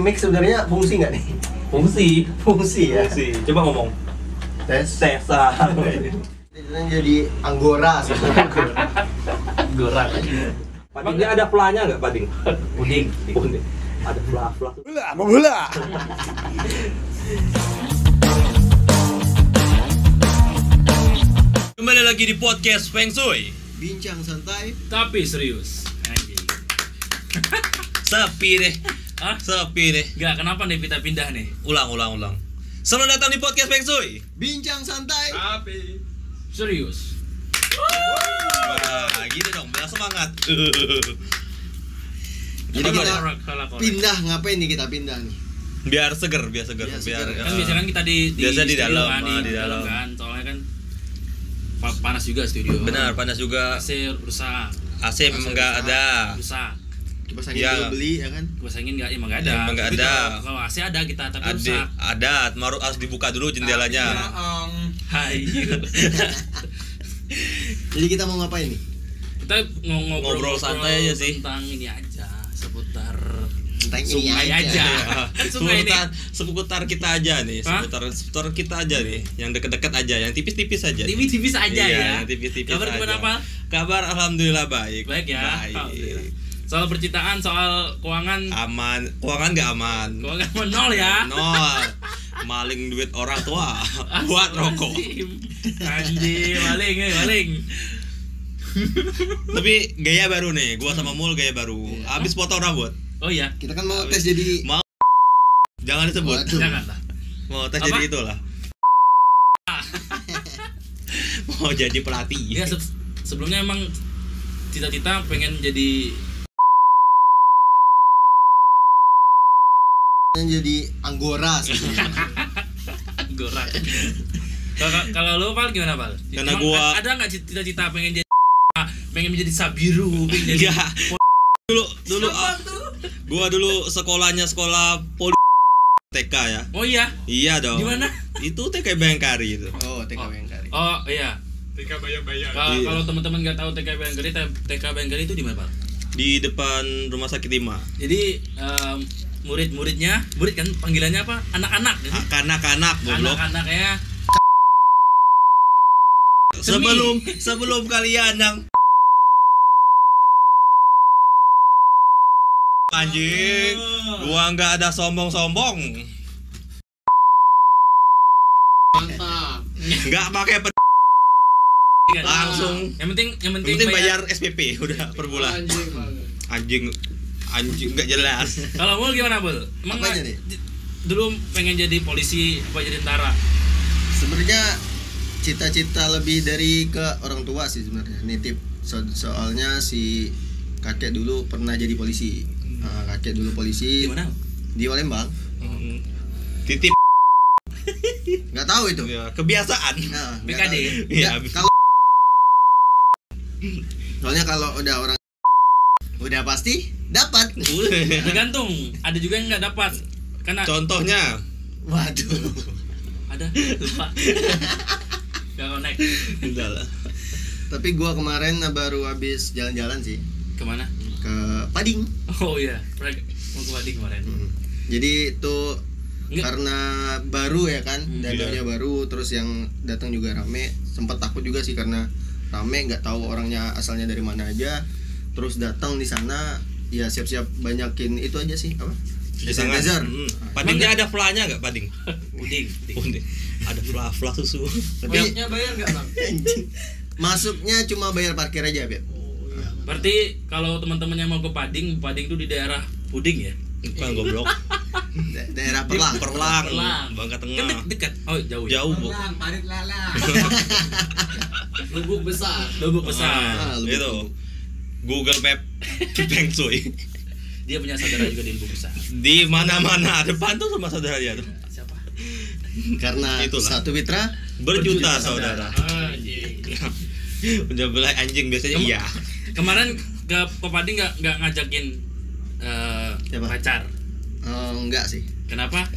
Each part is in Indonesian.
mic sebenarnya fungsi nggak nih? Fungsi ya. Coba ngomong. Tes. Jadi anggora sebenarnya. Anggora. Padingnya ada flanya nggak, Pading? Puding. Ada fla. Bola. Kembali lagi di podcast Feng Shui. Bincang santai tapi serius. Anjing. Sepi deh. Hah? Sepi deh. Enggak, kenapa nih kita pindah nih? Ulang. Selamat datang di podcast Feng Shui. bincang santai Tapi Serius. wah, gini dong, biar semangat. Jadi kita Salah korek. pindah, ngapain nih kita pindah nih? Biar seger. Biar seger. Kan biasanya kan kita di biasa di studio dalam, kan, di dalam. kan. Soalnya kan panas juga studio. Benar, panas juga. AC rusak. AC memang nggak ada. Rusak. Kipas angin Ya. belum beli ya kan? Kipas angin emang enggak ada. Emang nggak Tapi ada. Kalau AC ada kita tapi Ada, rusak. harus dibuka dulu jendelanya. Hai. Jadi kita mau ngapain nih? Kita Ngobrol santai aja sih. Tentang ini aja, seputar Tentang ini sungai aja. Kan sungai ini. Seputar kita aja nih, Hah? seputar kita aja nih, yang deket-deket aja, yang tipis-tipis aja. Tipis-tipis aja Iya, ya. tipis-tipis Kabar aja. gimana, Pak? Kabar alhamdulillah baik. Baik ya. Baik. Alhamdulillah. Soal percintaan, soal keuangan, Aman, keuangan nggak aman. keuangan nol ya. Nol. Maling duit orang tua buat rokok. Anjing, maling. Tapi gaya baru nih, gua sama Mul gaya baru. Habis potong rambut. Oh iya, Kita kan mau tes jadi Mau jangan disebut. Waduh. janganlah. Mau tes Apa? jadi itulah. Mau jadi pelatih. Ya sebelumnya emang cita-cita pengen jadi anggora sebenarnya. gorak. Kalau lu Pal gimana Pal? Karena Emang gua- ada nggak cita-cita pengen menjadi Sabiru, pengen jadi Enggak. Dulu gua dulu sekolahnya sekolah poli TK ya. Oh iya, Iya dong. di mana? Itu TK Bayangkari itu. Oh, TKW yang kari. Oh iya. Iya. Kalau teman-teman nggak tahu TK Bayangkari, TK Bayangkari itu di mana Pal? Di depan Rumah Sakit 5. Jadi murid-muridnya, murid kan panggilannya apa? Anak-anak. Kan? Kanak-kanak goblok. Anak-anaknya Sebelum kalian yang anjing, gua nggak ada sombong-sombong. Mantap. Nggak pakai langsung. Yang penting Bayar SPP udah per bulan. Anjing nggak jelas. Kalau Mul gimana Mul? Emang Apanya nggak- nih? dulu pengen jadi polisi apa jadi tentara? Sebenarnya cita-cita lebih dari ke orang tua sih sebenarnya. Nitip soalnya si kakek dulu pernah jadi polisi. Kakek dulu polisi Di mana? di Palembang. Titip Nggak tahu itu. ya, kebiasaan. Nah, nggak BKD. tahu. Iya. Nggak, kalau soalnya kalau udah orang udah pasti dapat. Tergantung. Ada juga yang nggak dapat. Karena Contohnya Waduh. ada lupa. Gak connect. udah lah. Tapi gua kemarin baru habis jalan-jalan sih Kemana? ke Pading. Oh iya, mau ke Pading kemarin. Jadi itu Nggak. karena baru ya kan, Hmm, danaunya baru, terus yang datang juga rame. Sempat takut juga sih karena rame, nggak tahu orangnya asalnya dari mana aja. Terus datang di sana ya siap-siap banyakin itu aja sih apa? Sanitizer. Padingnya ada flanya nggak, Pading? Puding. Puding. Ada fla susu. Tapi bayar nggak bang? masuknya cuma bayar parkir aja, Beb. Berarti kalau teman-teman yang mau ke Pading tuh di daerah Puding ya? Bukan goblok. Daerah Perlang. Perlang. Perlang. Bangka Kan Tengah. dekat. Oh jauh. Ya? Jauh, Bu. Parit lalang. Lubuk besar. Lubuk besar. Ah, lebih Itu. dulu. Google Map Feng Shui. Dia punya saudara juga di Lubuk besar. Di mana-mana depan tuh sama saudara dia tuh. Siapa? Karena Itulah. satu mitra Berjuta saudara. Anjing. Udah belai anjing biasanya iya. Kemarin ke Pading nggak ngajakin Siapa? pacar. enggak sih. Kenapa?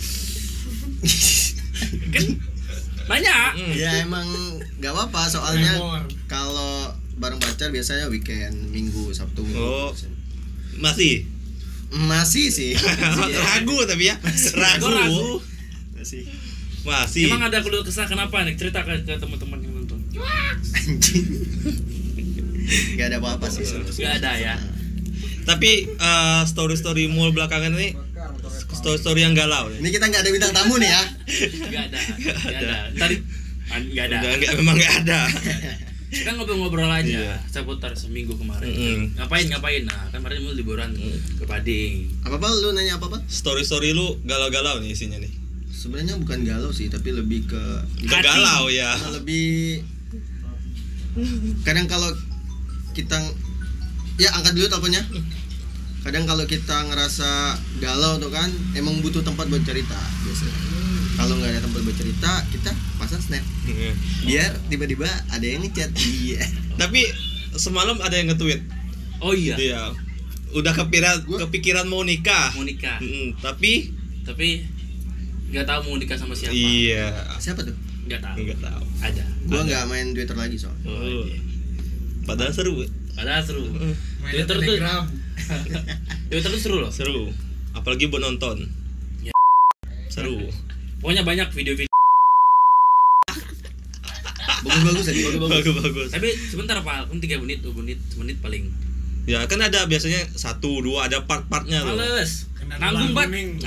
Kan banyak. Ya emang nggak apa-apa soalnya Memor. kalau bareng pacar biasanya weekend, Minggu, Sabtu, Minggu. Oh. Masih Masih sih. Ragu tapi ya. Gua ragu. Masih. Emang ada keluh kesah kenapa nih? Cerita ke teman-teman yang nonton. Anjing. Gak ada apa-apa sih. Gak ada ya. Tapi story-story mall belakangan ini story-story yang galau nih. Ini kita nggak ada bintang tamu nih ya. Gak ada. Tadi gak ada. Memang nggak ada. Kita ngobrol-ngobrol aja Iya. seputar seminggu kemarin. Ngapain? Nah, kan kemarin mau liburan ke Pading. Apa lu nanya apa? Story-story lu galau-galau nih isinya nih. Sebenarnya bukan galau sih, tapi lebih ke Galau ya. lebih kadang kalau kita ya angkat dulu teleponnya. Kadang kalau kita ngerasa galau tuh kan emang butuh tempat buat cerita biasanya. Kalau nggak ada tempat buat cerita, kita pasang snap. Biar tiba-tiba ada yang ngechat. Iya. Tapi semalam ada yang nge-tweet. Oh iya. Iya. Udah kepikiran mau nikah. Mau nikah. Tapi nggak tahu mau nikah sama siapa. iya. Siapa tuh? Nggak tahu. Enggak tahu. Ada. Gua nggak main Twitter lagi soalnya. Oh, iya. Padahal seru. Padahal seru. Twitter tuh Twitter tuh seru loh. Seru. Apalagi buat nonton. Ya. Seru. Pokoknya banyak video-video. Bagus-bagus tadi, bagus-bagus. Bagus. Tapi sebentar Pak, kan 3 menit, 2 menit, semenit paling. Ya kan ada biasanya 1, 2 ada part-partnya tuh. Males. Nanggung banget.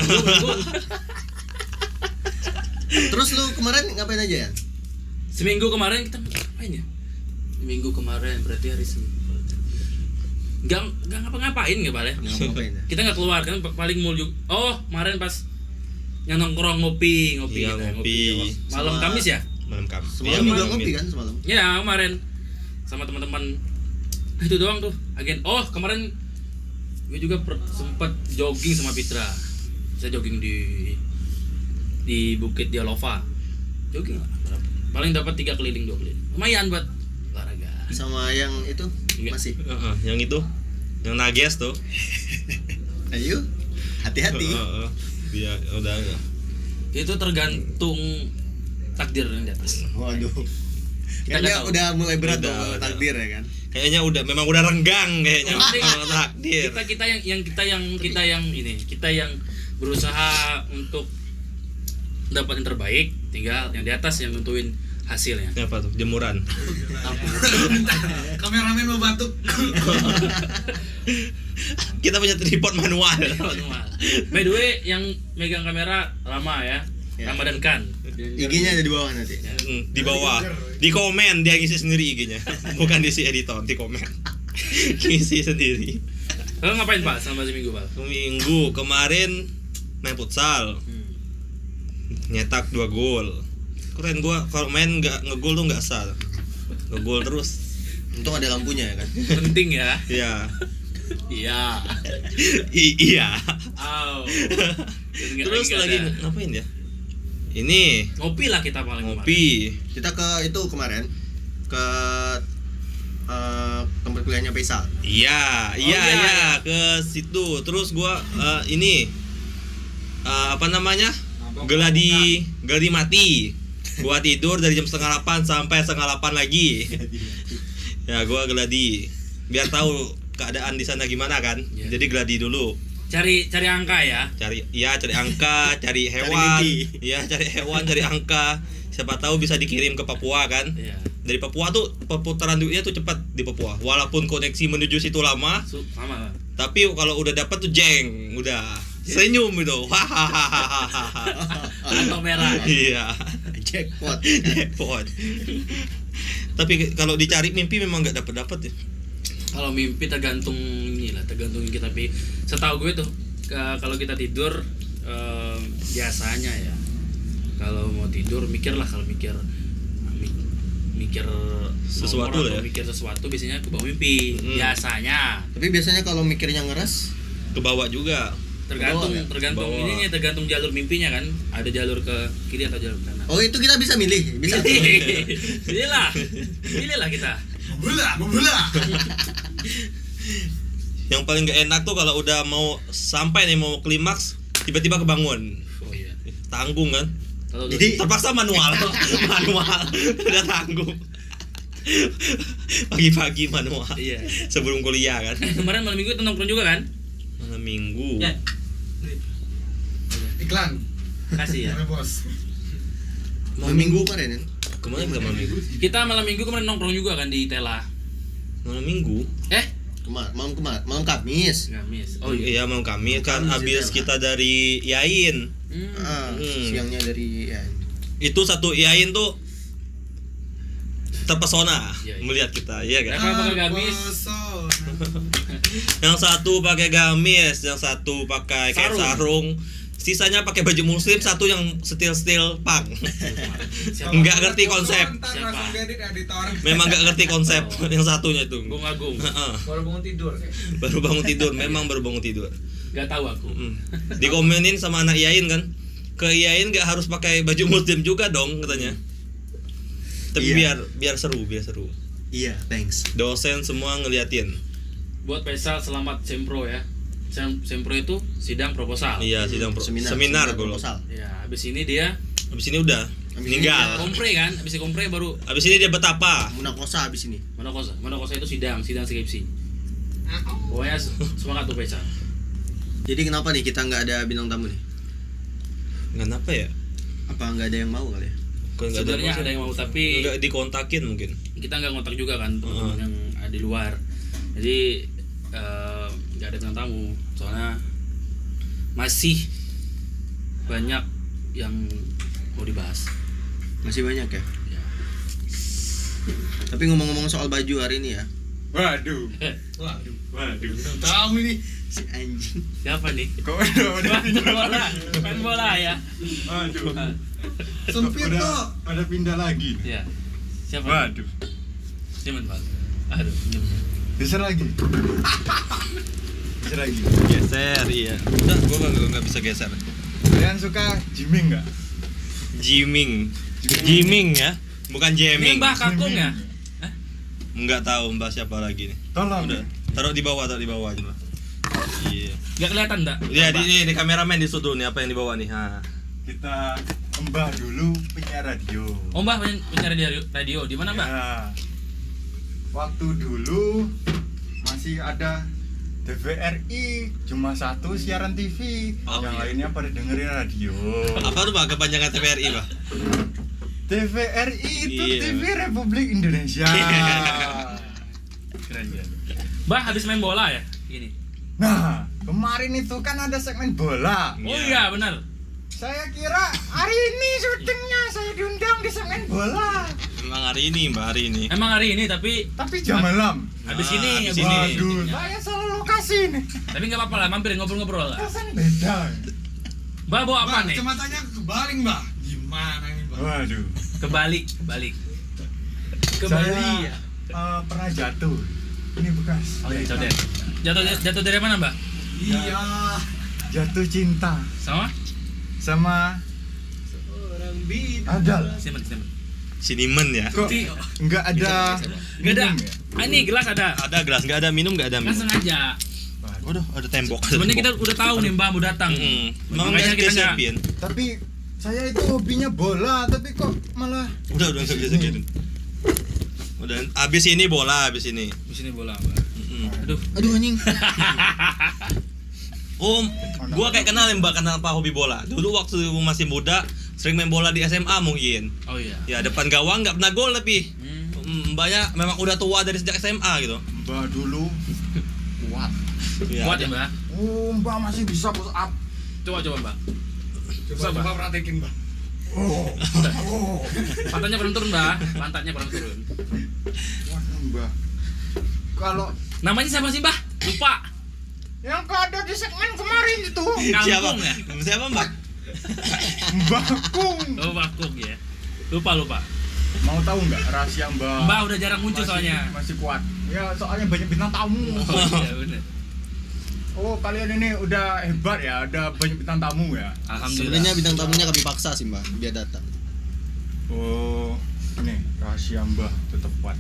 Terus lu kemarin ngapain aja ya? Seminggu kemarin kita ngapain ya? Seminggu kemarin berarti hari Senin. Enggak ngapa-ngapain enggak boleh. Ngapain ya? Kita enggak keluar kan paling mall juga. Oh, kemarin pas yang nongkrong ngopi Iya, kita, ngopi. Malam Sama- Kamis ya? Malam Kamis. Semalam juga ngopi kan semalam? Ya, kemarin sama teman-teman. Itu doang tuh. Oh, kemarin gue juga sempat jogging sama Fitra. Saya jogging di Bukit Dialova. Jogging lah. Paling dapat 3 keliling 2 keliling. Lumayan buat olahraga. Sama yang itu Iya. masih. Yang itu, yang Nages tuh. Ayo, hati-hati. Dia udah enggak. Itu tergantung takdir yang di atas. Waduh. Kita Kayaknya nggak tahu. udah mulai berat Udah, dong udah. takdir ya kan. Kayaknya memang udah renggang kayaknya. Yang penting sama takdir. kita yang berusaha untuk dapat yang terbaik, tinggal yang di atas yang nentuin hasilnya. Ini apa tuh? Jemuran. Kameramen mau batuk. Kita punya tripod manual. By the way, yang megang kamera lama ya, Ya. Ramadan Khan. IG-nya ada di bawah nanti. Di bawah. Di komen dia ngisi sendiri IG-nya. Bukan diisi editor, di komen. Ngisi sendiri. Lo ngapain Pak sama seminggu Pak? Minggu kemarin main futsal. Nyetak 2 gol. Keren gua kalau main nggak ngegol tuh nggak sah. Ngegol terus. Untung ada lampunya ya kan. Penting ya. Iya. Iya. Iya. Oh. Terus lagi ngapain ya? Ini ngopi lah kita paling kemarin. ngopi. Kita ke itu kemarin ke tempat kuliahnya Faisal. Iya, iya. ke situ. Terus gua ini apa namanya? Geladi mati. Gua tidur dari jam 7:30 sampai 7:30 lagi. Ya, gua geladi. Biar tahu keadaan di sana gimana kan. Iya. Jadi geladi dulu. Cari angka ya. Cari angka, cari hewan. mimpi. Iya, cari hewan, cari angka. Siapa tahu bisa dikirim ke Papua kan. Iya. Dari Papua tuh perputaran duitnya tuh cepat di Papua. Walaupun koneksi menuju situ lama, Sama. tapi kalau udah dapat tuh jeng, udah senyum itu. Hahaha. Atau merah. Iya. Jackpot. Jackpot. Tapi kalau dicari mimpi memang nggak dapat ya. Kalau mimpi tergantung kita. Tapi setahu gue tuh kalau kita tidur biasanya ya. Kalau mau tidur mikirlah, kalau mikir Sesuatu nomor lah atau ya. mikir sesuatu biasanya ke bawah mimpi. Biasanya. Tapi biasanya kalau mikirnya ngeres, Ke bawah juga. Tergantung Bawah. ininya, tergantung jalur mimpinya kan. Ada jalur ke kiri atau jalur ke kanan. oh itu kita bisa milih, bisa. Pilihlah kita. Membela. Yang paling gak enak tuh kalau udah mau sampai nih mau klimaks tiba-tiba kebangun. Oh iya. Tanggung kan? Kalau Jadi Terpaksa manual. Udah tanggung. Pagi-pagi manual. iya. Sebelum kuliah kan. Kemarin malam minggu itu nongkrong juga kan? Malam minggu. Ya. Iklan. Kasih ya. Karena bos. Malam minggu kemarin kan? Kemana kita malam minggu? Kita malam minggu kemarin nongkrong juga kan di Tela. Malam minggu. Malam Kamis. Gamis. Oh Oh iya. iya, malam kami kan Kamis habis itu kita dari Yain. Siangnya dari ya. Itu satu Yain tuh terpesona Iya, iya. melihat kita, iya kan? Kenapa pakai gamis? Yang satu pakai gamis, yang satu pakai kayak sarung. Sisanya pakai baju muslim, satu yang stil punk. Enggak ngerti konsep. Siapa? Memang enggak ngerti konsep yang satunya itu. Bung Agung. Heeh. Baru bangun tidur. Baru bangun tidur, memang baru bangun tidur. Gak tahu aku. Dikomenin sama anak Yain kan. Ke Yain enggak harus pakai baju muslim juga dong katanya. Tapi Iya. biar seru. Iya, thanks. Dosen semua ngeliatin. Buat Faisal selamat Sempro ya. Sempro itu sidang proposal. Iya, sidang seminar gue. proposal. Ya, habis ini dia Habis ini udah meninggal. kompre kan, habis kompre baru Habis ini dia betapa. Munakosa habis ini. Monokosa itu sidang skripsi. Pokoknya semangat tuh Faisal. Jadi kenapa nih kita nggak ada bintang tamu nih? Kenapa ya? Apa nggak ada yang mau kali ya? Kok nggak Sebenarnya ada yang mau tapi nggak dikontakin mungkin. kita nggak ngontak juga kan teman-teman yang ada di luar. Jadi nggak ada bintang tamu soalnya masih banyak yang mau dibahas. Masih banyak ya? Ya. Tapi ngomong-ngomong soal baju hari ini ya, Waduh. Tahu ini. si anjing. Siapa nih? Kok udah Main bola ya. Waduh. Sempit tuh. Ada pindah lagi. Ya. Siapa? Waduh. Siapa Pak? Aduh, Bisa lagi. Bisa lagi. Geser, iya. Udah, gua nggak bisa geser. Kalian suka gymming nggak? Jiming ya, bukan Ini jamming. Mbah Kakung ya? Nggak tahu Mbah siapa lagi nih. Tolong. Udah, taruh di bawah aja Mbah. Iya. Gak kelihatan enggak? Iya, di kameramen di situ nih apa yang di bawah nih. Ha. Kita Mbah dulu punya radio. Oh Mbah punya radio. Di mana Mbah? Ya. Waktu dulu masih ada TVRI, cuma satu siaran TV, Oh, yang iya. lainnya pada dengerin radio. Apa tuh Mbah kepanjangan TVRI, Mbah? TVRI itu Iya. TV Republik Indonesia. Keren ya. Mbah habis main bola ya? Gini. Nah, kemarin itu kan ada segmen bola. Oh iya benar. Saya kira hari ini syutingnya saya diundang di segmen bola. Emang hari ini, Mbah, hari ini. Emang hari ini tapi Jam malam. habis Ah, ini habis habis ini. ini. Waduh, saya salah lokasi nih. Tapi nggak apa-apa lah, mampir ngobrol-ngobrol lah. Rasanya beda. Mbah bawa apa nih? Kacamatanya kebalik, Mbak. Gimana ini, Mbak? Waduh. Kebalik. Saya pernah jatuh. Ini bekas. Oh iya, jatuh dari mana Mbah? Iya. Jatuh cinta sama Adal. Simpen. Sinimen ya. Kok enggak ada Nggak ada. minum ya? Ah ini gelas ada. Ada gelas, nggak ada minum, nggak ada Kan minum. sengaja. Waduh, ada tembok. Sebenarnya kita udah tahu nih Mbah mau datang. Memang Makanya nggak kita nggak. siapin. Tapi saya itu hobinya bola, tapi kok malah Udah nggak bisa gitu. Udah, abis ini bola, abis ini. Di sini bola Mbah. Aduh anjing. Oh, gua kayak kenal Mbak, kenapa hobi bola. Dulu waktu masih muda sering main bola di SMA mungkin. Oh iya. Ya depan gawang nggak pernah gol tapi Mbaknya memang udah tua dari sejak SMA gitu. Mbak dulu kuat. Ya, Kuat ya Mbah? Oh, Mbak masih bisa push up. Coba Mbah. Coba praktekin, Mbak. Pantatnya belum turun Mbah. Pantatnya belum turun. Wah, Mbak. Kalau Namanya siapa sih Mbah? Lupa. yang ada di segmen kemarin itu Siapa? Kangkung ya? Siapa Mbak? Mbak Kung. Oh Bakung ya. Lupa. Mau tahu nggak rahasia Mbak? Mbah udah jarang muncul soalnya. Masih kuat. Ya, soalnya banyak bintang tamu. Oh iya benar. Oh, kalian ini udah hebat ya, ada banyak bintang tamu ya. Alhamdulillah. Sebenarnya bintang tamunya kami paksa sih Mbak biar datang. Oh, ini rahasia Mbah tetap kuat.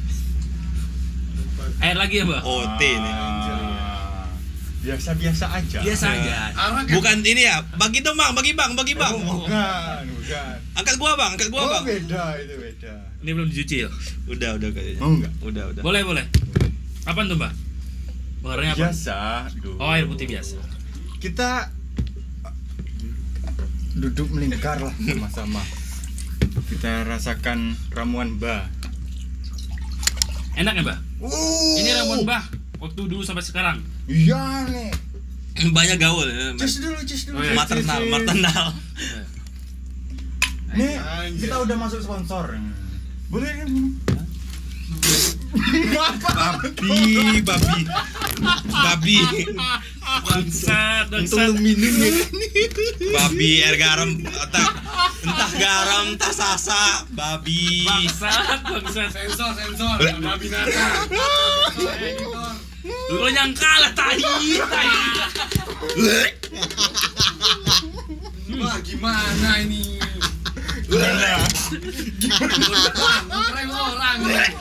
Air lagi ya Mbah? OT nih. Biasa-biasa aja. Biasa aja. Bukan ini ya, bagi dong Bang, bagi Bang. Oh, bukan. Angkat gua Bang. Oh, beda, itu beda. Ini belum dicuci ya? Udah kayaknya. Mau nggak? Udah. Boleh. Apaan tuh Mbah? Bakarnya apa? Biasa. Oh, air putih biasa. Kita duduk melingkar lah sama-sama. Kita rasakan ramuan Mbah. Enak ya, Mbah? Ini ramuan Mbah waktu dulu sampai sekarang. Iya nih. Banyak gaul ya. Cus dulu. Oh, iya. Maternal. Nih, kita udah masuk sponsor. Boleh kan minum? Babi. Bangsat. minum ya. Babi air garam, entah garam, entah sasa, babi. Bangsat. Sensor. Babi nara. Lu yang kalah tai. Wah, gimana ini? Gimana? Keren orang.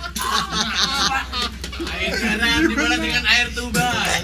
Air garam dibalas dengan air tuba.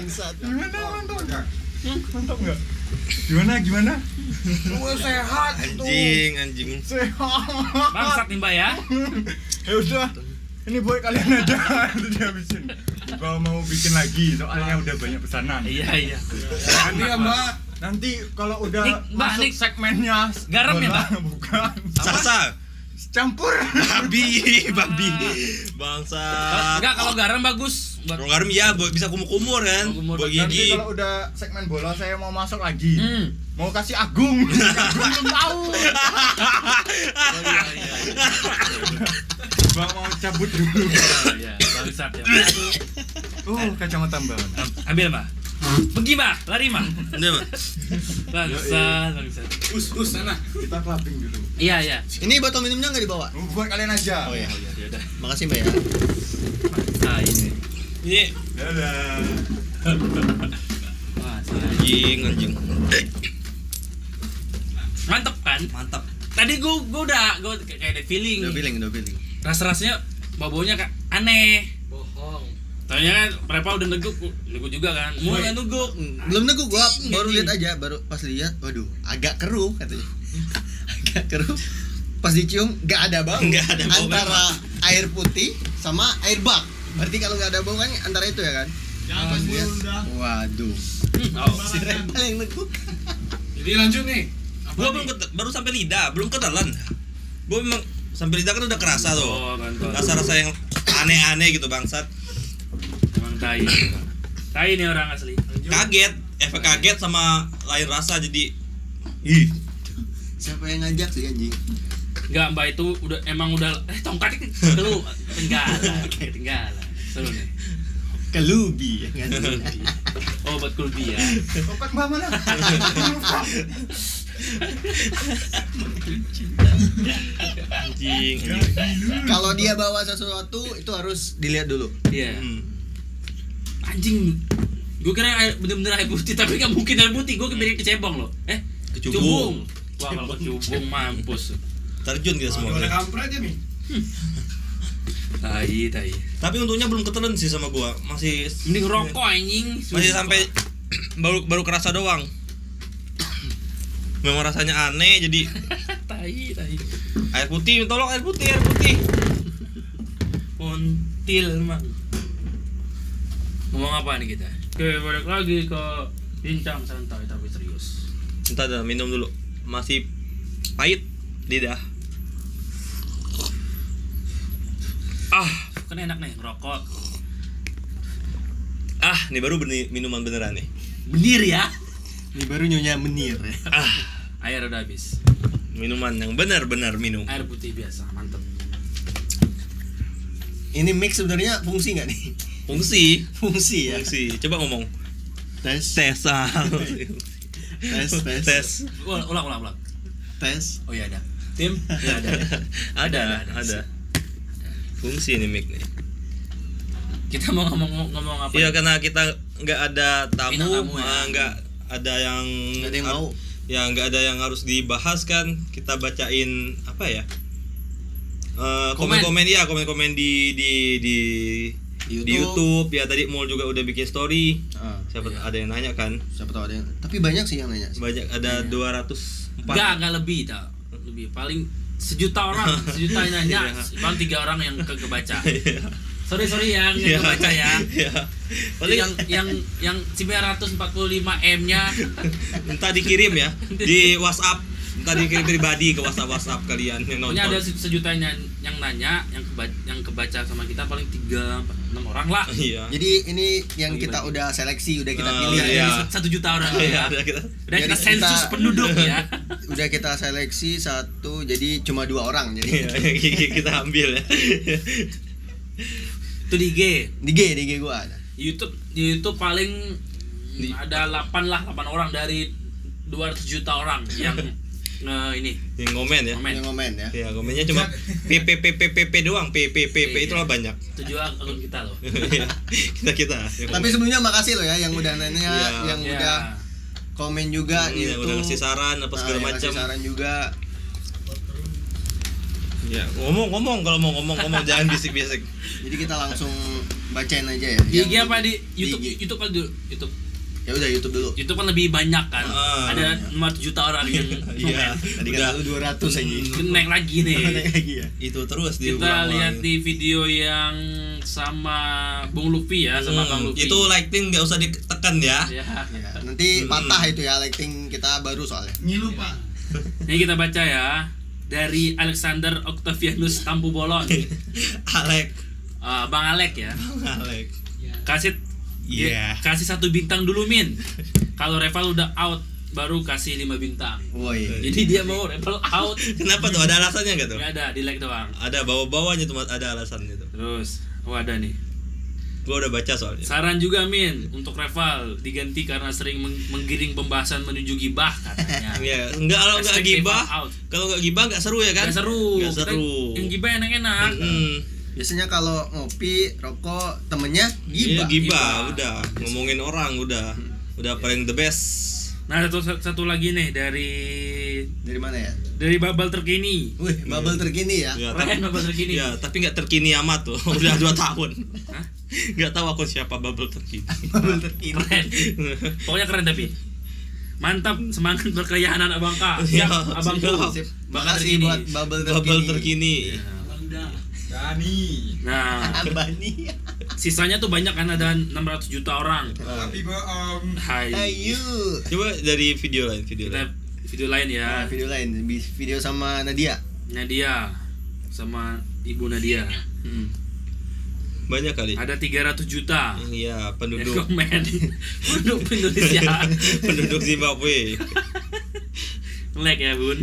Mantap nggak? Gimana? Sehat tuh. Anjing. Sehat. Bangsat nih, Mbak ya. Ya udah, ini buat kalian aja. Nanti dihabisin. Kalau mau bikin lagi, soalnya udah banyak pesanan. Iya. Nanti ya, Mbak. Nanti kalau udah Nik, Mbak, masuk Nik. segmennya Garam ya, bola, Mbak? Bukan. Sasa. Campur. Babi. Bangsa. Enggak, kalau garam bagus. Kalau garam ya bisa kumur-kumur kan. Kumur. Buat Nanti gigi. kalau udah segmen bola saya mau masuk lagi. Hmm. Mau kasih Agung. Agung belum tahu. Bang mau cabut dulu. Iya, bangsat ya. Kacamata Mbak. Ambil, Mbak. Pergi, Mbak. Lari, Mbak. Ini Pak. Bangsat. Us sana. Kita clubbing dulu. Iya. Ini botol minumnya nggak dibawa? Buat kalian aja. Oh iya. Ya udah. Makasih Mbak ya. Nah, ini. Ini Dadah. Wah, anjing. mantep kan? Mantap. Tadi gue udah kayak ada feeling. Udah feeling. Rasa-rasanya bau-baunya kayak aneh. Bohong. Tanya Repa udah neguk juga kan. Mau nggak neguk? Belum neguk gua, baru lihat aja, baru pas lihat, waduh, agak keruh katanya. Agak keruh. Pas dicium nggak ada bau. Nggak ada bau, Antara air putih sama air bak. Berarti kalau nggak ada bau kan antara itu ya kan? Jangan Pas lihat, udah. waduh. Si Repa yang neguk. Jadi lanjut nih. Gua baru sampai lidah, belum ketelan. Gua memang sampai lidah kan udah kerasa tuh. Oh, mantap. Rasa-rasa yang aneh-aneh gitu bangsat. Emang tai. Tai nih orang asli. Kaget, efek kaget sama lain rasa jadi ih. Siapa yang ngajak sih anjing? Enggak, Mbak itu udah tongkatnya lu ketinggalan. Seru nih. Kelubi ya kan? Oh, buat kulbi ya. Tongkat Mbak mana? Anjing. Kalau dia bawa sesuatu itu harus dilihat dulu. Iya. Hmm. Anjing. Gue kira bener-bener air putih, tapi nggak mungkin air putih. Gue kebiri kecebong loh. Kecubung. Wah, kalau kecubung mampus. Terjun kita semua. Ada kampret aja nih. Tai. Tapi untungnya belum ketelan sih sama gua. Masih Mending rokok anjing. masih sampai baru kerasa doang. Memang rasanya aneh jadi tai. air putih, tolong air putih. Until mah. Ngomong apa nih kita? Oke, balik lagi ke bincang santai tapi serius. Entar dah minum dulu. Masih pahit lidah. Kan enak nih ngerokok. Ini baru minuman beneran nih. Bener ya? Ini baru nyonya menir ya. Air udah habis. Minuman yang benar-benar minum. Air putih biasa, mantep. Ini mix sebenarnya fungsi nggak nih? Fungsi. Ya. Coba ngomong. Tes. Tes. Tes. Ulang. Tes. Oh iya ada. Tim? Ya Ada. Fungsi nih mic nih. Kita mau ngomong apa? Iya, karena kita nggak ada tamu, Bintang tamu ya. nggak ada yang Nggak ada yang mau. Ya nggak ada yang harus dibahas kan. Kita bacain apa ya? Komen-komen di YouTube ya. Tadi Mul juga udah bikin story. Siapa ada yang nanya kan? Siapa tahu ada yang. Tapi banyak sih yang nanya. Banyak, ada 204. Enggak lebih tau. Lebih paling sejuta orang, sejuta yang nanya, paling 3 orang yang kebaca. Sorry yang Iya. baca ya. Iya. Paling Yang 945M-nya entah dikirim ya di WhatsApp, entah dikirim pribadi ke WhatsApp kalian yang pokoknya ada nonton. sejuta yang nanya, yang kebaca sama kita paling 3, 4, 6 orang lah. Iya. Jadi ini yang Bagi-bagi. kita udah seleksi, udah kita Oh, pilih. iya. Jadi 1 juta orang Iya, ya. ada kita. Udah kita Jadi sensus kita- penduduk ya. Udah kita seleksi 1, jadi cuma 2 orang. Jadi Iya, kita ambil ya. Itu di IG. di G gua ada. Di YouTube paling ada 8 orang dari 200 juta orang yang ini Yang ngomen ya. komen. Yang ngomen ya. Ya, komennya cuma PPPPP doang, PPPP itulah banyak. Itu juga akun kita loh. kita. Tapi sebelumnya makasih loh ya yang udah nanya, Iya. yang Ya. udah komen juga Yang gitu. udah ngasih saran apa segala yang ngasih macam. saran juga. Ya, ngomong kalau mau ngomong jangan bisik-bisik. Jadi kita langsung bacain aja ya. Di IG Yang apa di di YouTube? IG. YouTube kan dulu. YouTube. Ya udah YouTube dulu. YouTube kan lebih banyak kan. Ah. Ada 500 juta orang yang Iya. komen. Tadi Udah. kan lu 200 aja. Naik lagi nih. Naik lagi ya. Itu terus Kita diulang-ulang. lihat di video yang sama Bung Luffy ya, sama Bang Luffy. Itu lighting nggak usah ditekan ya. Ya. Ya, nanti patah itu ya lighting kita baru soalnya. Ngilu Pak. Ini kita baca ya dari Alexander Octavianus Tampu Bolon. Alek. Bang Alek ya. Alek. Kasih Iya. kasih 1 bintang dulu Min. Kalau Reval udah out baru kasih 5 bintang. Woi. Jadi dia mau Reval out. Kenapa tuh? Ada alasannya nggak tuh? Nggak ada, di like doang. Ada bawah-bawahnya tuh ada alasannya tuh. Terus, ada nih. Gua udah baca soalnya. Saran juga Min untuk Reval diganti karena sering menggiring pembahasan menuju gibah katanya. Ya, enggak kalau nggak Hashtag gibah, Reval out. kalau nggak gibah nggak seru ya kan? Nggak seru. Nggak Kita seru. Yang gibah enak-enak. Biasanya kalau ngopi, rokok, temennya Iya, gibah. gibah, Gibah. udah ngomongin orang udah paling the best. Nah, satu lagi nih dari Dari mana ya? Bubble terkini. Wih, bubble terkini ya. Ya, Keren Bubble terkini. ya, tapi nggak terkini amat tuh. Udah 2 tahun. Hah? Nggak tahu aku siapa bubble terkini. Bubble terkini. Keren. Pokoknya keren tapi. Mantap, semangat berkeliaran anak bangka. Siap, Siap, abangku. siap. Sip. Bakal Makasih terkini. buat bubble terkini. Bubble terkini. Dani. Nah, Abani. sisanya tuh banyak kan, ada 600 juta orang. Tapi bohong. Hai. Ayo. Coba dari video lain, Kita video lain ya. Nah, video lain, video sama Nadia. Nadia sama Ibu Nadia. Banyak kali. Ada 300 juta. Iya, Yang penduduk komen. Penduduk Indonesia. penduduk Zimbabwe. Like ya, Bun.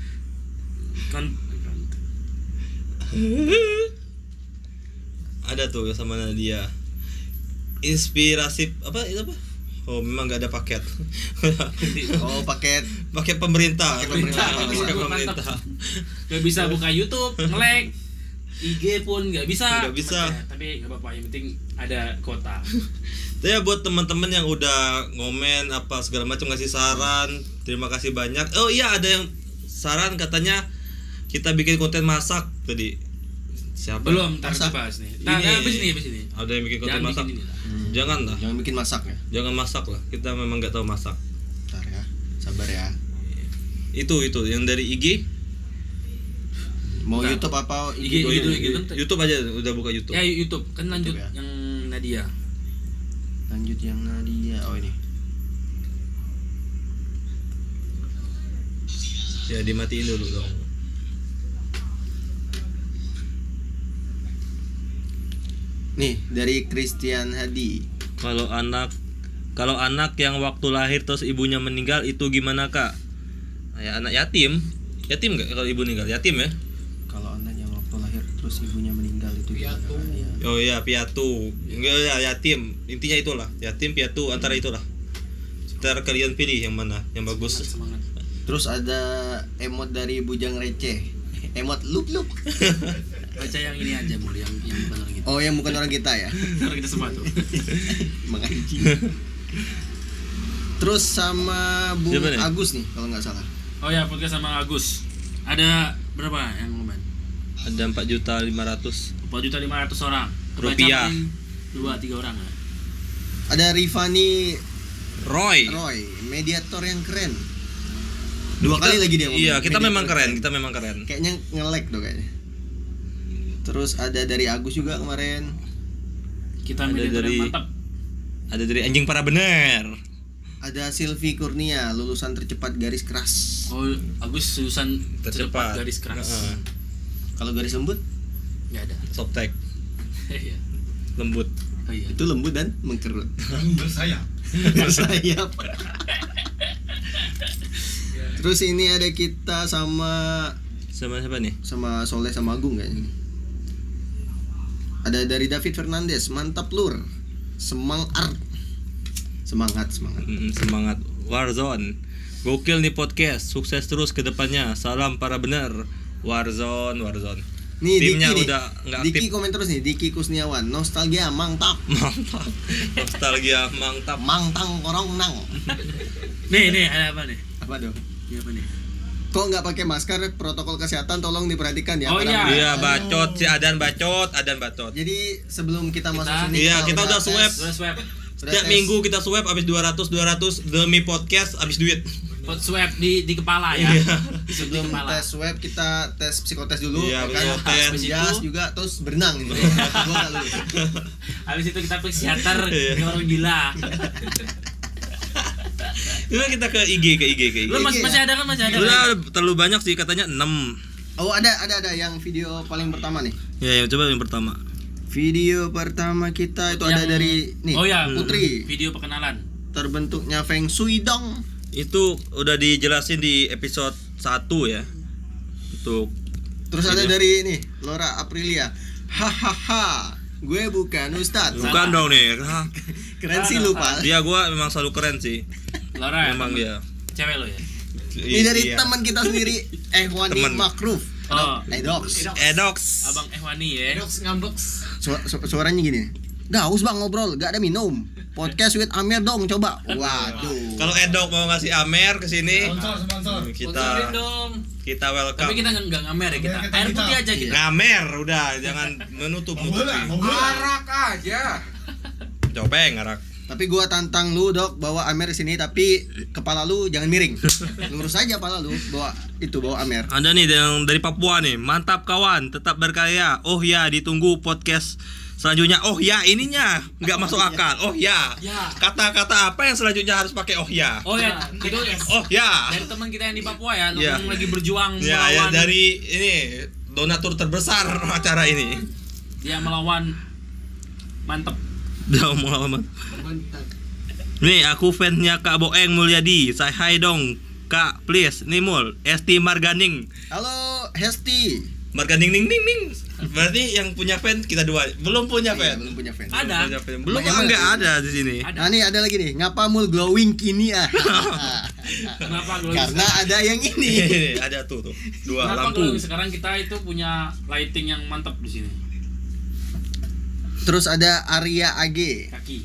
Ada tuh sama Nadia. Inspirasi apa itu apa? Oh, memang nggak ada paket. Oh, paket. Paket pemerintah. Paket pemerintah. Paket Mantap. pemerintah. Gak bisa buka YouTube, nge-lag. IG pun nggak bisa. Nggak bisa. Tapi nggak apa-apa, yang penting ada kuota. Tapi ya buat teman-teman yang udah ngomen apa segala macam ngasih saran, terima kasih banyak. Oh iya, ada yang saran katanya kita bikin konten masak tadi. Siapa? Belum, ntar Masak. dibahas nih. Nah, Ini. habis ini. Ada yang bikin konten Jangan masak. bikin ini lah. Jangan lah. Jangan bikin masak ya. Jangan masak lah. Kita memang nggak tahu masak. Bentar ya. Sabar ya. Itu yang dari IG. Mau Bentar. YouTube apa IG Oh, dulu, ini. IG kan. YouTube aja udah buka YouTube. Ya YouTube kan lanjut YouTube ya. yang Nadia. Lanjut yang Nadia. Oh ini. Ya dimatiin dulu dong. Nih, dari Christian Hadi. Kalau anak yang waktu lahir terus ibunya meninggal itu gimana kak? Ya anak yatim nggak kalau ibu meninggal yatim ya? Kalau anak yang waktu lahir terus ibunya meninggal itu gimana? Ya. Oh iya piatu, enggak ya yatim intinya itulah yatim piatu antara itulah. Ntar kalian pilih yang mana yang bagus. Semangat. Terus ada emot dari Bujang Receh. Emot lup. Baca yang ini aja mulu, yang bukan orang kita. Oh, yang bukan orang kita ya. Orang kita semua tuh. Menganjing. Terus sama Bung Siapa nih? Agus nih kalau nggak salah. Oh ya, podcast sama Agus. Ada berapa yang komen? Ada 4.500.000. 4.500.000 orang. Rupiah. 2-3 orang ya. Ada Rifani Roy. mediator yang keren. Dua kali lagi dia ngomong. Iya kita Mediator memang keren, kita memang keren. Kayaknya nge-lag tuh kayaknya. Terus ada dari Agus juga kemarin. Kita Ada milih dari- mantap. Ada dari anjing para bener. Ada Silvi Kurnia, lulusan tercepat garis keras. Oh, Agus lulusan tercepat garis keras. Heeh. Kalau garis lembut Enggak ada. Softtek, Iya. lembut. Oh iya. itu lembut dan mengkerut. Bersayap. Bersayap. Terus ini ada kita sama Sama siapa nih? Soleh sama Agung kayaknya. Ada dari David Fernandes, mantap lur. Semangat. Semangat. Semangat Warzone. Gokil nih podcast, sukses terus ke depannya. Salam para bener. Warzone. Nih Timnya Diki udah nih. nggak Diki aktif. komen terus nih, Diki Kusniawan. Nostalgia mantap. Mantap. Nostalgia mantap. Mangtang korong nang. Nih, ada apa nih? Apa dong? Ini apa nih? Kok nggak pakai masker? Protokol kesehatan tolong diperhatikan ya. Oh, para iya. bener. Iya, bacot si Adan bacot. Jadi sebelum kita masuk sini Iya, kita udah tes. swab. Sudah swab. Udah Setiap tes. minggu kita swab habis 200 demi podcast habis duit. Pot swab di kepala ya. Iya. Di Sebelum kepala. tes swab kita tes psikotes dulu, Iya, ya kan? psikotes. Habis jas juga terus berenang ini. Gua nggak lulus. Habis itu kita ke psikiater, Iya. ke orang gila. Coba kita ke IG. Lu masih ya? ada kan? Masih ada. Udah terlalu banyak sih, katanya 6. Oh, ada yang video paling pertama nih. Ya, coba yang pertama. Video pertama kita itu ada Yang- dari nih Oh ya, Putri. video perkenalan. Terbentuknya Feng Shui dong. Itu udah dijelasin di episode 1 ya. Untuk Terus ada dari ini Laura Aprilia. Hahaha. Gue bukan Ustadz. bukan dong nih. Hah, Keren sih lu, Pal. dia gua memang selalu keren sih. Laura, Memang dia. cewek lo ya. Ini dari Iya. teman kita sendiri, Ehwani Temen. Makruf. Oh, Edox. Edox. Abang Ehwani ya. Suaranya gini. Gaus bang ngobrol, gak ada minum. Podcast with Amir dong, coba. Waduh. Kalau Edok mau ngasih Amer ke sini, Sponsor. Sponsorin dong. kita welcome. Tapi kita nggak ngamer ya kita. Biar kita Air putih hitam. aja kita. Ngamer udah, jangan menutup-nutupi. Arak aja. Coba ngarak. Tapi gua tantang lu, Dok, bawa Amer sini tapi kepala lu jangan miring. Lurus aja kepala lu, bawa Amer. Ada nih yang dari Papua nih. Mantap kawan, tetap berkarya. Oh ya, ditunggu podcast selanjutnya. Oh ya, ininya nggak masuk akal. Oh ya. Ya. Kata-kata apa yang selanjutnya harus pakai oh ya? Oh ya, itu Oh ya. dari teman kita yang di Papua ya, Iya. yang lagi berjuang Ya, melawan dari ini donatur terbesar acara ini. dia melawan mantep. Dia mau lama. Nih, aku fansnya Kak Boeng Mulyadi. Say hi dong, Kak, please. Nih Mul, Esti Marganing. Halo, Hesti. Marganing ning ning ning. Berarti yang punya fans kita dua. Belum punya Iya, fans. belum punya fans. Ada. Belum Bagaimana enggak sih? ada di sini. Ada. Nah, nih ada lagi nih. Ngapa Mul glowing kini ah? Kenapa glowing Karena sekarang? ada yang ini. Ada tuh dua Kenapa lampu. glowing sekarang kita itu punya lighting yang mantap di sini. Terus ada Arya AG. Kaki.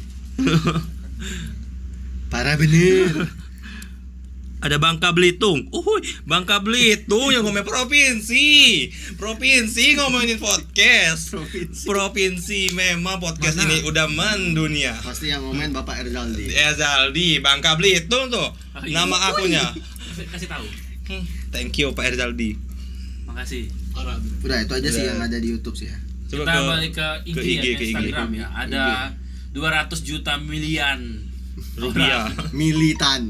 Parah bener. Ada Bangka Belitung. Bangka Belitung yang ngomongin provinsi. Provinsi ngomongin podcast. Provinsi memang podcast Mana? ini udah mendunia. Pasti yang ngomen Bapak Erzaldi. Erzaldi, Bangka Belitung tuh iya. nama akunnya. Kasih tahu. Thank you Pak Erzaldi. Makasih. Udah itu aja sih Udah. yang ada di YouTube sih ya. Coba Kita balik ke IG, ke IG, ya, ke ke IG. Instagram ya. Ada 200 juta milian rupiah. Militan.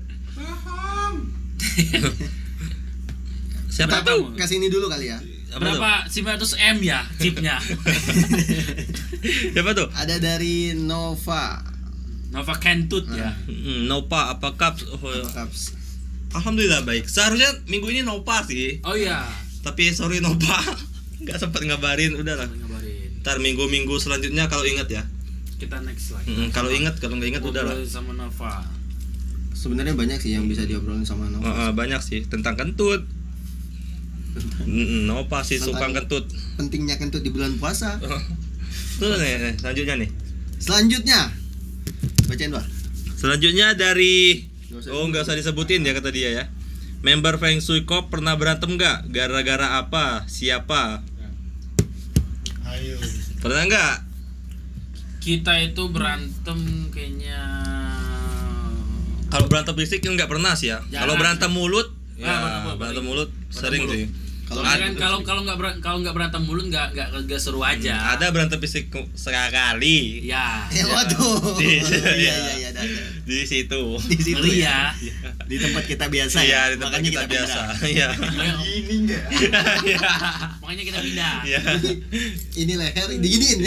Siapa Berapa? tuh? Kasih ini dulu kali ya. Berapa 900 M ya chipnya? Siapa tuh? Ada dari Nova. Nova Kentut ya. Nopa apa Caps? Caps. Alhamdulillah baik. Seharusnya minggu ini Nopa sih. Oh iya. Tapi sorry Nopa, nggak sempat ngabarin. Udahlah. Ngabarin. Ntar minggu-minggu selanjutnya kalau ingat ya. Kita next lagi. Kalau ingat, kalau nggak ingat udahlah. Ngobrol sama Nova. Sebenarnya banyak sih yang bisa diobrolin sama Nova. Banyak sih tentang kentut. Nopa sih suka Tentang- kentut. Pentingnya kentut di bulan puasa. Tuh nih, selanjutnya nih. Selanjutnya. Bacain, Pak. Selanjutnya dari Nggak usah nggak usah disebutin ya kata dia ya. Member Feng Shui Corp pernah berantem nggak? Gara-gara apa? Siapa? Ayo. Pernah nggak? Kita itu berantem kayaknya. Kalau berantem fisik nggak pernah sih ya. Jarang. Kalau berantem mulut, Ah, ya berantem mulut sering mulut. sih. Kalau nggak berantem mulu nggak seru aja. Ada berantem fisik sekali. Ya. Waduh. Iya, ada. Di situ. Di situ Ngeri ya. ya. Di tempat kita biasa Iya, ya. di tempat Makanya kita biasa. pindah. Iya. Ini enggak. Makanya kita pindah. Iya. Ini leher diginiin.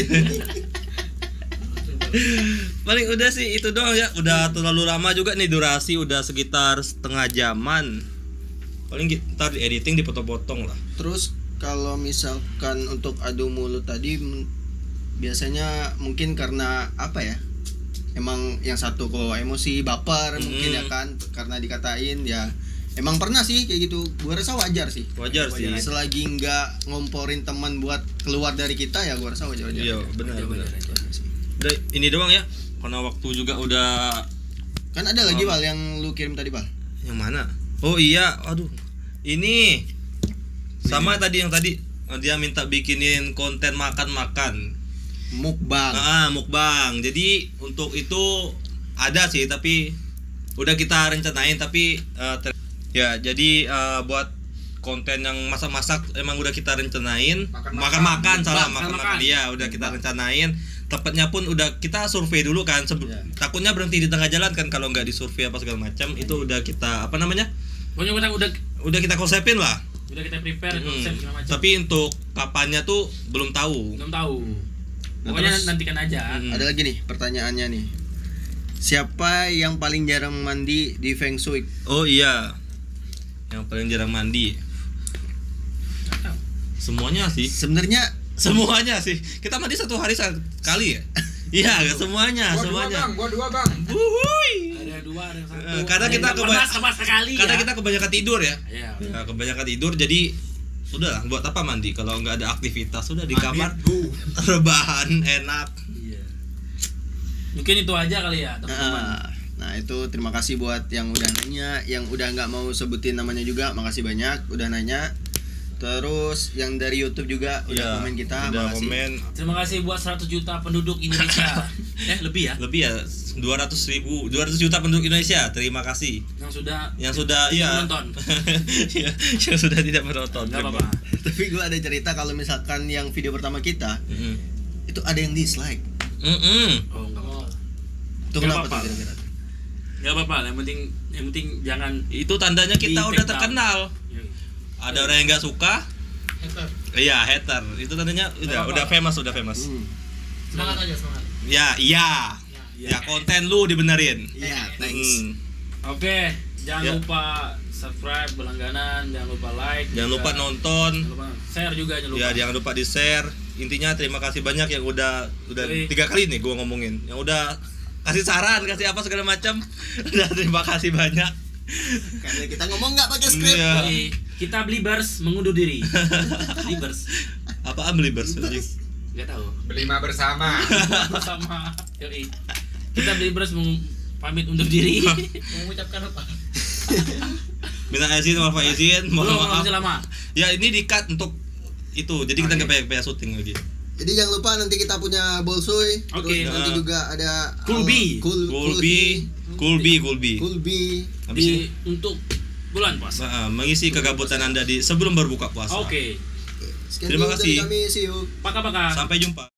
Paling udah sih itu doang ya. Udah terlalu lama juga nih durasi, udah sekitar setengah jaman. Paling ntar di editing dipotong-potong lah. Terus kalau misalkan untuk adu mulut tadi biasanya mungkin karena apa ya? Emang yang satu kok emosi baper mungkin ya kan karena dikatain ya. Emang pernah sih kayak gitu. Gua rasa wajar sih. Wajar sih. Selagi nggak ngomporin teman buat keluar dari kita ya gua rasa wajar. Iya, benar. Wajar aja. Udah, ini doang ya. Karena waktu juga udah. Kan ada lagi Bal yang lu kirim tadi Bal. Yang mana? Oh iya, aduh. Ini sama tadi yang tadi dia minta bikinin konten makan-makan. Mukbang. Mukbang. Jadi untuk itu ada sih tapi udah kita rencanain tapi ya jadi buat konten yang masak-masak emang udah kita rencanain. Makan-makan Iya, udah kita rencanain. Tepatnya pun udah kita survei dulu kan. Takutnya berhenti di tengah jalan kan kalau nggak disurvei apa segala macam. Itu udah kita apa namanya? Pokoknya Udah kita konsepin lah. udah kita prepare konsep segala macam. Tapi untuk kapannya tuh belum tahu. Pokoknya terus nantikan aja. Ada lagi nih pertanyaannya nih. Siapa yang paling jarang mandi di Feng Shui? Oh iya. Yang paling jarang mandi. Semuanya sih. Sebenarnya Sih. Kita mandi 1 hari sekali ya? Iya, semuanya. Gua dua bang. Wuhui. Ada 2, ada 1. Karena kita sama sekali karena ya. kita kebanyakan tidur ya. Iya. Ya, kebanyakan tidur jadi udahlah buat apa mandi kalau nggak ada aktivitas udah di kamar rebahan enak. Iya. Mungkin itu aja kali ya teman-teman. Nah itu terima kasih buat yang udah nanya, yang udah nggak mau sebutin namanya juga, makasih banyak udah nanya. Terus yang dari YouTube juga udah komen kita, udah makasih. komen. Terima kasih buat 100 juta penduduk Indonesia. Lebih ya? Lebih ya 200 juta penduduk Indonesia. Terima kasih. Yang sudah iya. Menonton. yang sudah tidak menonton. Enggak apa-apa. Tapi gue ada cerita kalau misalkan yang video pertama kita itu ada yang dislike. Oh, enggak apa-apa. Itu Nggak kenapa apa-apa. tuh kira-kira? Enggak apa-apa, yang penting jangan Itu tandanya kita Di udah take down. terkenal. Ada orang yang nggak suka. Iya, hater. Itu tandanya udah famous. Semangat aja, semangat. Ya konten lu dibenerin. Iya, thanks. Oke, jangan Ya. lupa subscribe, berlangganan, jangan lupa like, Jangan lupa juga. nonton. Jangan lupa share juga, jangan lupa. Ya, jangan lupa di-share. Intinya terima kasih banyak yang udah Yoi. 3 kali nih gua ngomongin. Yang udah kasih saran, kasih apa segala macam. Udah terima kasih banyak. Karena kita ngomong nggak pakai skrip. Iya. Jadi, kita Blibers mengundur diri. Blibers. Apaan beli bers? Enggak tahu. Berlima bersama. Sama Yoi. Kita Blibers pamit undur diri. Mengucapkan apa? Minta izin, maaf izin, mohon Belum maaf. masih lama. Ya ini di-cut untuk itu. Jadi kita nggak banyak syuting lagi. Jadi jangan lupa nanti kita punya bolsoy. Oke. Terus nanti juga ada Kulbi. Kulbi. Habis Di ini untuk bulan puasa. mengisi kegabutan Anda di sebelum berbuka puasa. Oke. Sekian Terima dulu dari kasih. kami, see you. Paka-paka. Sampai jumpa.